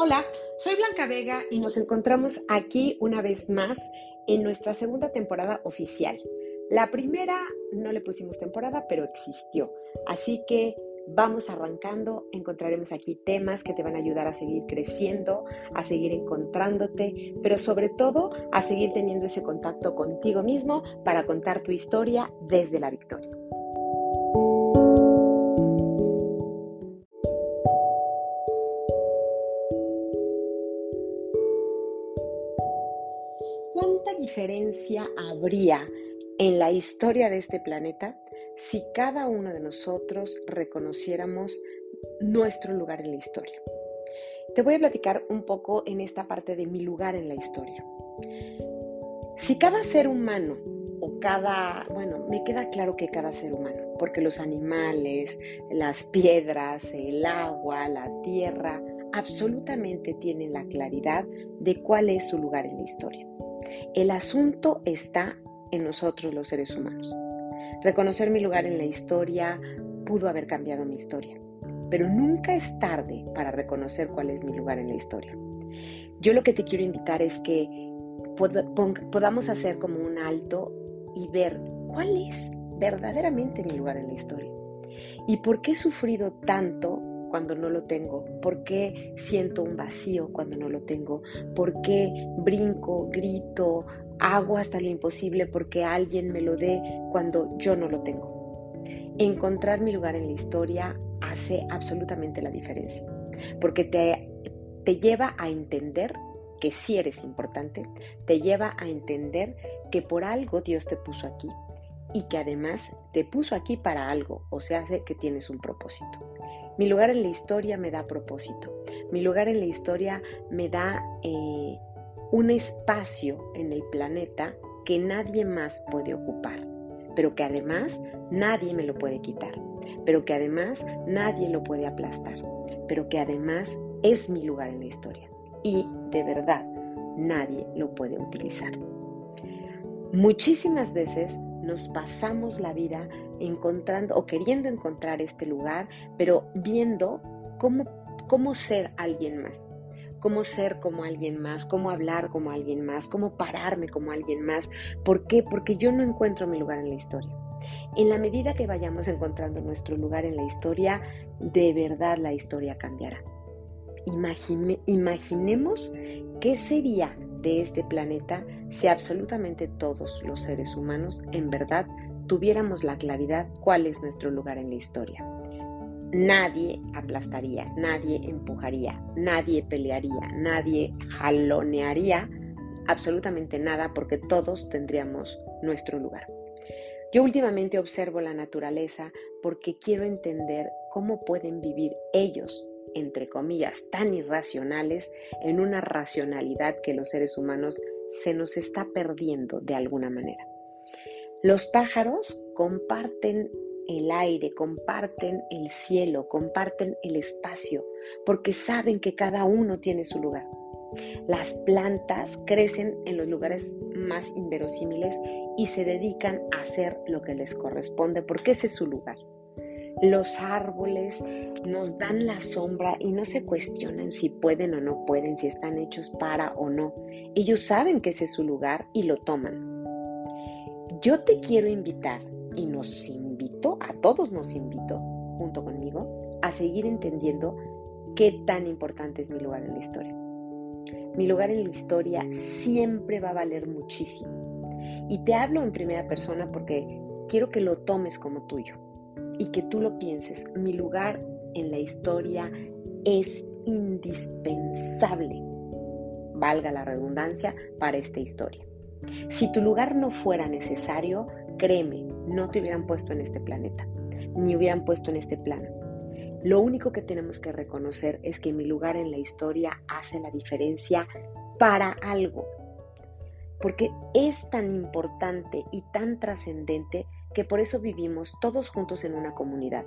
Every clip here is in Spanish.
Hola, soy Blanca Vega y nos encontramos aquí una vez más en nuestra segunda temporada oficial. La primera no le pusimos temporada, pero existió. Así que vamos arrancando, encontraremos aquí temas que te van a ayudar a seguir creciendo, a seguir encontrándote, pero sobre todo a seguir teniendo ese contacto contigo mismo para contar tu historia desde la victoria. ¿Cuánta diferencia habría en la historia de este planeta si cada uno de nosotros reconociéramos nuestro lugar en la historia? Te voy a platicar un poco en esta parte de mi lugar en la historia. Si cada ser humano me queda claro que cada ser humano, porque los animales, las piedras, el agua, la tierra, absolutamente tienen la claridad de cuál es su lugar en la historia. El asunto está en nosotros los seres humanos. Reconocer mi lugar en la historia pudo haber cambiado mi historia, pero nunca es tarde para reconocer cuál es mi lugar en la historia. Yo lo que te quiero invitar es que podamos hacer como un alto y ver cuál es verdaderamente mi lugar en la historia. ¿Y por qué he sufrido tanto cuando no lo tengo? ¿Por qué siento un vacío cuando no lo tengo? ¿Por qué brinco, grito, hago hasta lo imposible porque alguien me lo dé cuando yo no lo tengo? Encontrar mi lugar en la historia hace absolutamente la diferencia, porque te lleva a entender que sí eres importante, te lleva a entender que por algo Dios te puso aquí y que además te puso aquí para algo, o sea, hace que tienes un propósito. Mi lugar en la historia me da propósito. Mi lugar en la historia me da un espacio en el planeta que nadie más puede ocupar, pero que además nadie me lo puede quitar, pero que además nadie lo puede aplastar, pero que además es mi lugar en la historia y de verdad nadie lo puede utilizar. Muchísimas veces nos pasamos la vida encontrando o queriendo encontrar este lugar, pero viendo cómo ser alguien más, cómo ser como alguien más, cómo hablar como alguien más, cómo pararme como alguien más. ¿Por qué? Porque yo no encuentro mi lugar en la historia. En la medida que vayamos encontrando nuestro lugar en la historia, de verdad la historia cambiará. Imaginemos qué sería de este planeta si absolutamente todos los seres humanos en verdad tuviéramos la claridad cuál es nuestro lugar en la historia. Nadie aplastaría, nadie empujaría, nadie pelearía, nadie jalonearía absolutamente nada porque todos tendríamos nuestro lugar. Yo últimamente observo la naturaleza porque quiero entender cómo pueden vivir ellos, entre comillas, tan irracionales, en una racionalidad que los seres humanos se nos está perdiendo de alguna manera. Los pájaros comparten el aire, comparten el cielo, comparten el espacio, porque saben que cada uno tiene su lugar. Las plantas crecen en los lugares más inverosímiles y se dedican a hacer lo que les corresponde, porque ese es su lugar. Los árboles nos dan la sombra y no se cuestionan si pueden o no pueden, si están hechos para o no. Ellos saben que ese es su lugar y lo toman. Yo te quiero invitar y a todos nos invito, junto conmigo, a seguir entendiendo qué tan importante es mi lugar en la historia. Mi lugar en la historia siempre va a valer muchísimo. Y te hablo en primera persona porque quiero que lo tomes como tuyo y que tú lo pienses. Mi lugar en la historia es indispensable, valga la redundancia, para esta historia. Si tu lugar no fuera necesario, créeme, no te hubieran puesto en este planeta, ni hubieran puesto en este plano. Lo único que tenemos que reconocer es que mi lugar en la historia hace la diferencia para algo, porque es tan importante y tan trascendente que por eso vivimos todos juntos en una comunidad.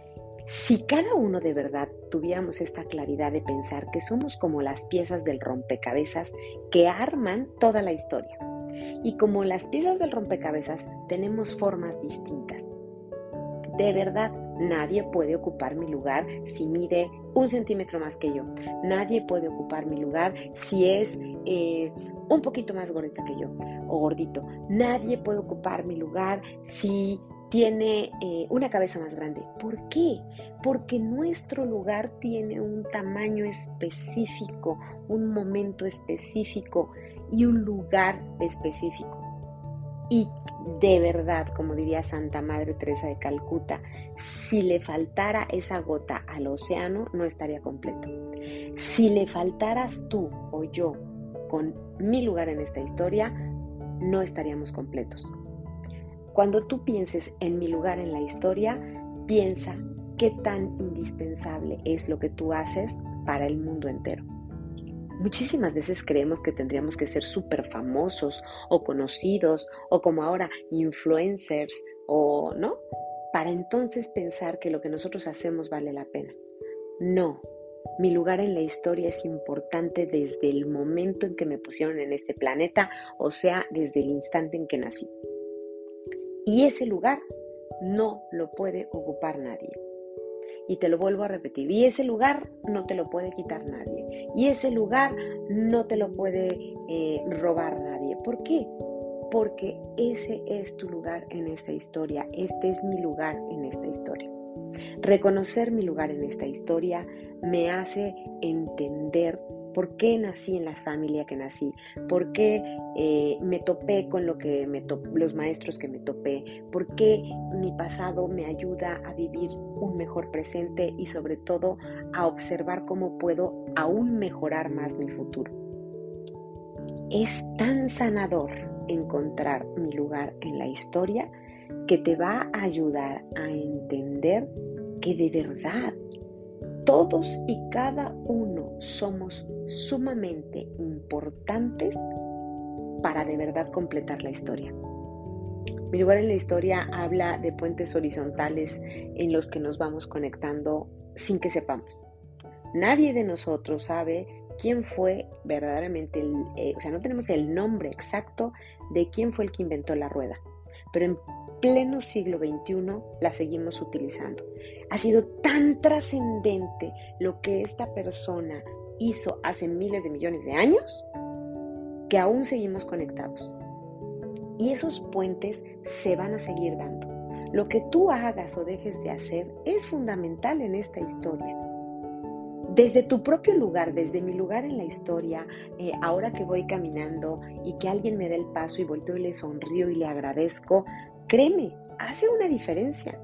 Si cada uno de verdad tuviéramos esta claridad de pensar que somos como las piezas del rompecabezas que arman toda la historia, y como las piezas del rompecabezas tenemos formas distintas, de verdad Nadie puede ocupar mi lugar si mide 1 centímetro más que yo. Nadie puede ocupar mi lugar si es un poquito más gordita que yo o gordito. Nadie puede ocupar mi lugar si tiene una cabeza más grande. ¿Por qué? Porque nuestro lugar tiene un tamaño específico, un momento específico y un lugar específico. Y de verdad, como diría Santa Madre Teresa de Calcuta, si le faltara esa gota al océano, no estaría completo. Si le faltaras tú o yo con mi lugar en esta historia, no estaríamos completos. Cuando tú pienses en mi lugar en la historia, piensa qué tan indispensable es lo que tú haces para el mundo entero. Muchísimas veces creemos que tendríamos que ser súper famosos o conocidos o como ahora influencers o no, para entonces pensar que lo que nosotros hacemos vale la pena. No, mi lugar en la historia es importante desde el momento en que me pusieron en este planeta, o sea, desde el instante en que nací. Y ese lugar no lo puede ocupar nadie. Y te lo vuelvo a repetir, y ese lugar no te lo puede quitar nadie, y ese lugar no te lo puede robar nadie. ¿Por qué? Porque ese es tu lugar en esta historia, este es mi lugar en esta historia. Reconocer mi lugar en esta historia me hace entender por qué nací en la familia que nací, por qué me topé con los maestros que me topé, por qué mi pasado me ayuda a vivir un mejor presente y sobre todo a observar cómo puedo aún mejorar más mi futuro. Es tan sanador encontrar mi lugar en la historia que te va a ayudar a entender que de verdad todos y cada uno somos sumamente importantes para de verdad completar la historia. Mi lugar en la historia habla de puentes horizontales en los que nos vamos conectando sin que sepamos. Nadie de nosotros sabe quién fue verdaderamente, no tenemos el nombre exacto de quién fue el que inventó la rueda, pero en pleno siglo XXI la seguimos utilizando. Ha sido tan trascendente lo que esta persona hizo hace miles de millones de años que aún seguimos conectados. Y esos puentes se van a seguir dando. Lo que tú hagas o dejes de hacer es fundamental en esta historia. Desde tu propio lugar, desde mi lugar en la historia, ahora que voy caminando y que alguien me dé el paso y volteo y le sonrío y le agradezco, créeme, hace una diferencia.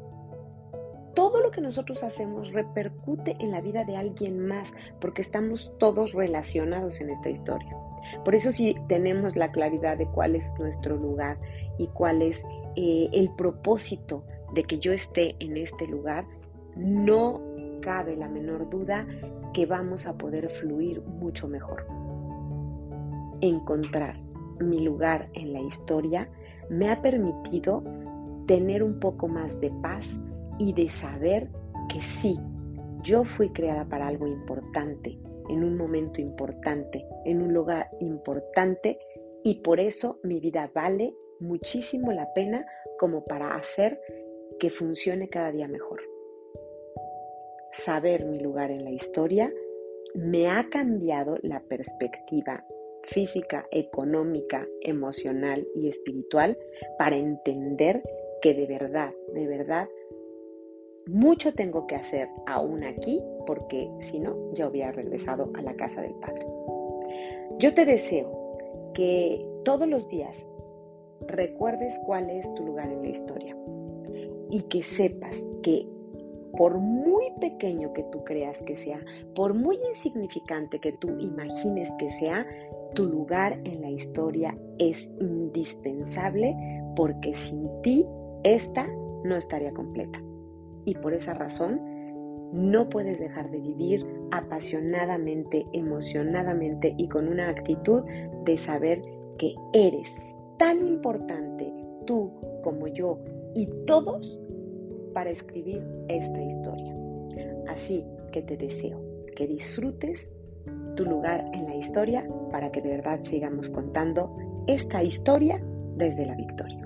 Todo lo que nosotros hacemos repercute en la vida de alguien más porque estamos todos relacionados en esta historia. Por eso si tenemos la claridad de cuál es nuestro lugar y cuál es el propósito de que yo esté en este lugar, no cabe la menor duda que vamos a poder fluir mucho mejor. Encontrar mi lugar en la historia me ha permitido tener un poco más de paz y de saber que sí, yo fui creada para algo importante, en un momento importante, en un lugar importante, y por eso mi vida vale muchísimo la pena como para hacer que funcione cada día mejor. Saber mi lugar en la historia me ha cambiado la perspectiva física, económica, emocional y espiritual para entender que de verdad, mucho tengo que hacer aún aquí, porque si no, ya hubiera regresado a la casa del Padre. Yo te deseo que todos los días recuerdes cuál es tu lugar en la historia y que sepas que por muy pequeño que tú creas que sea, por muy insignificante que tú imagines que sea, tu lugar en la historia es indispensable porque sin ti esta no estaría completa. Y por esa razón no puedes dejar de vivir apasionadamente, emocionadamente y con una actitud de saber que eres tan importante tú como yo y todos para escribir esta historia. Así que te deseo que disfrutes tu lugar en la historia para que de verdad sigamos contando esta historia desde la victoria.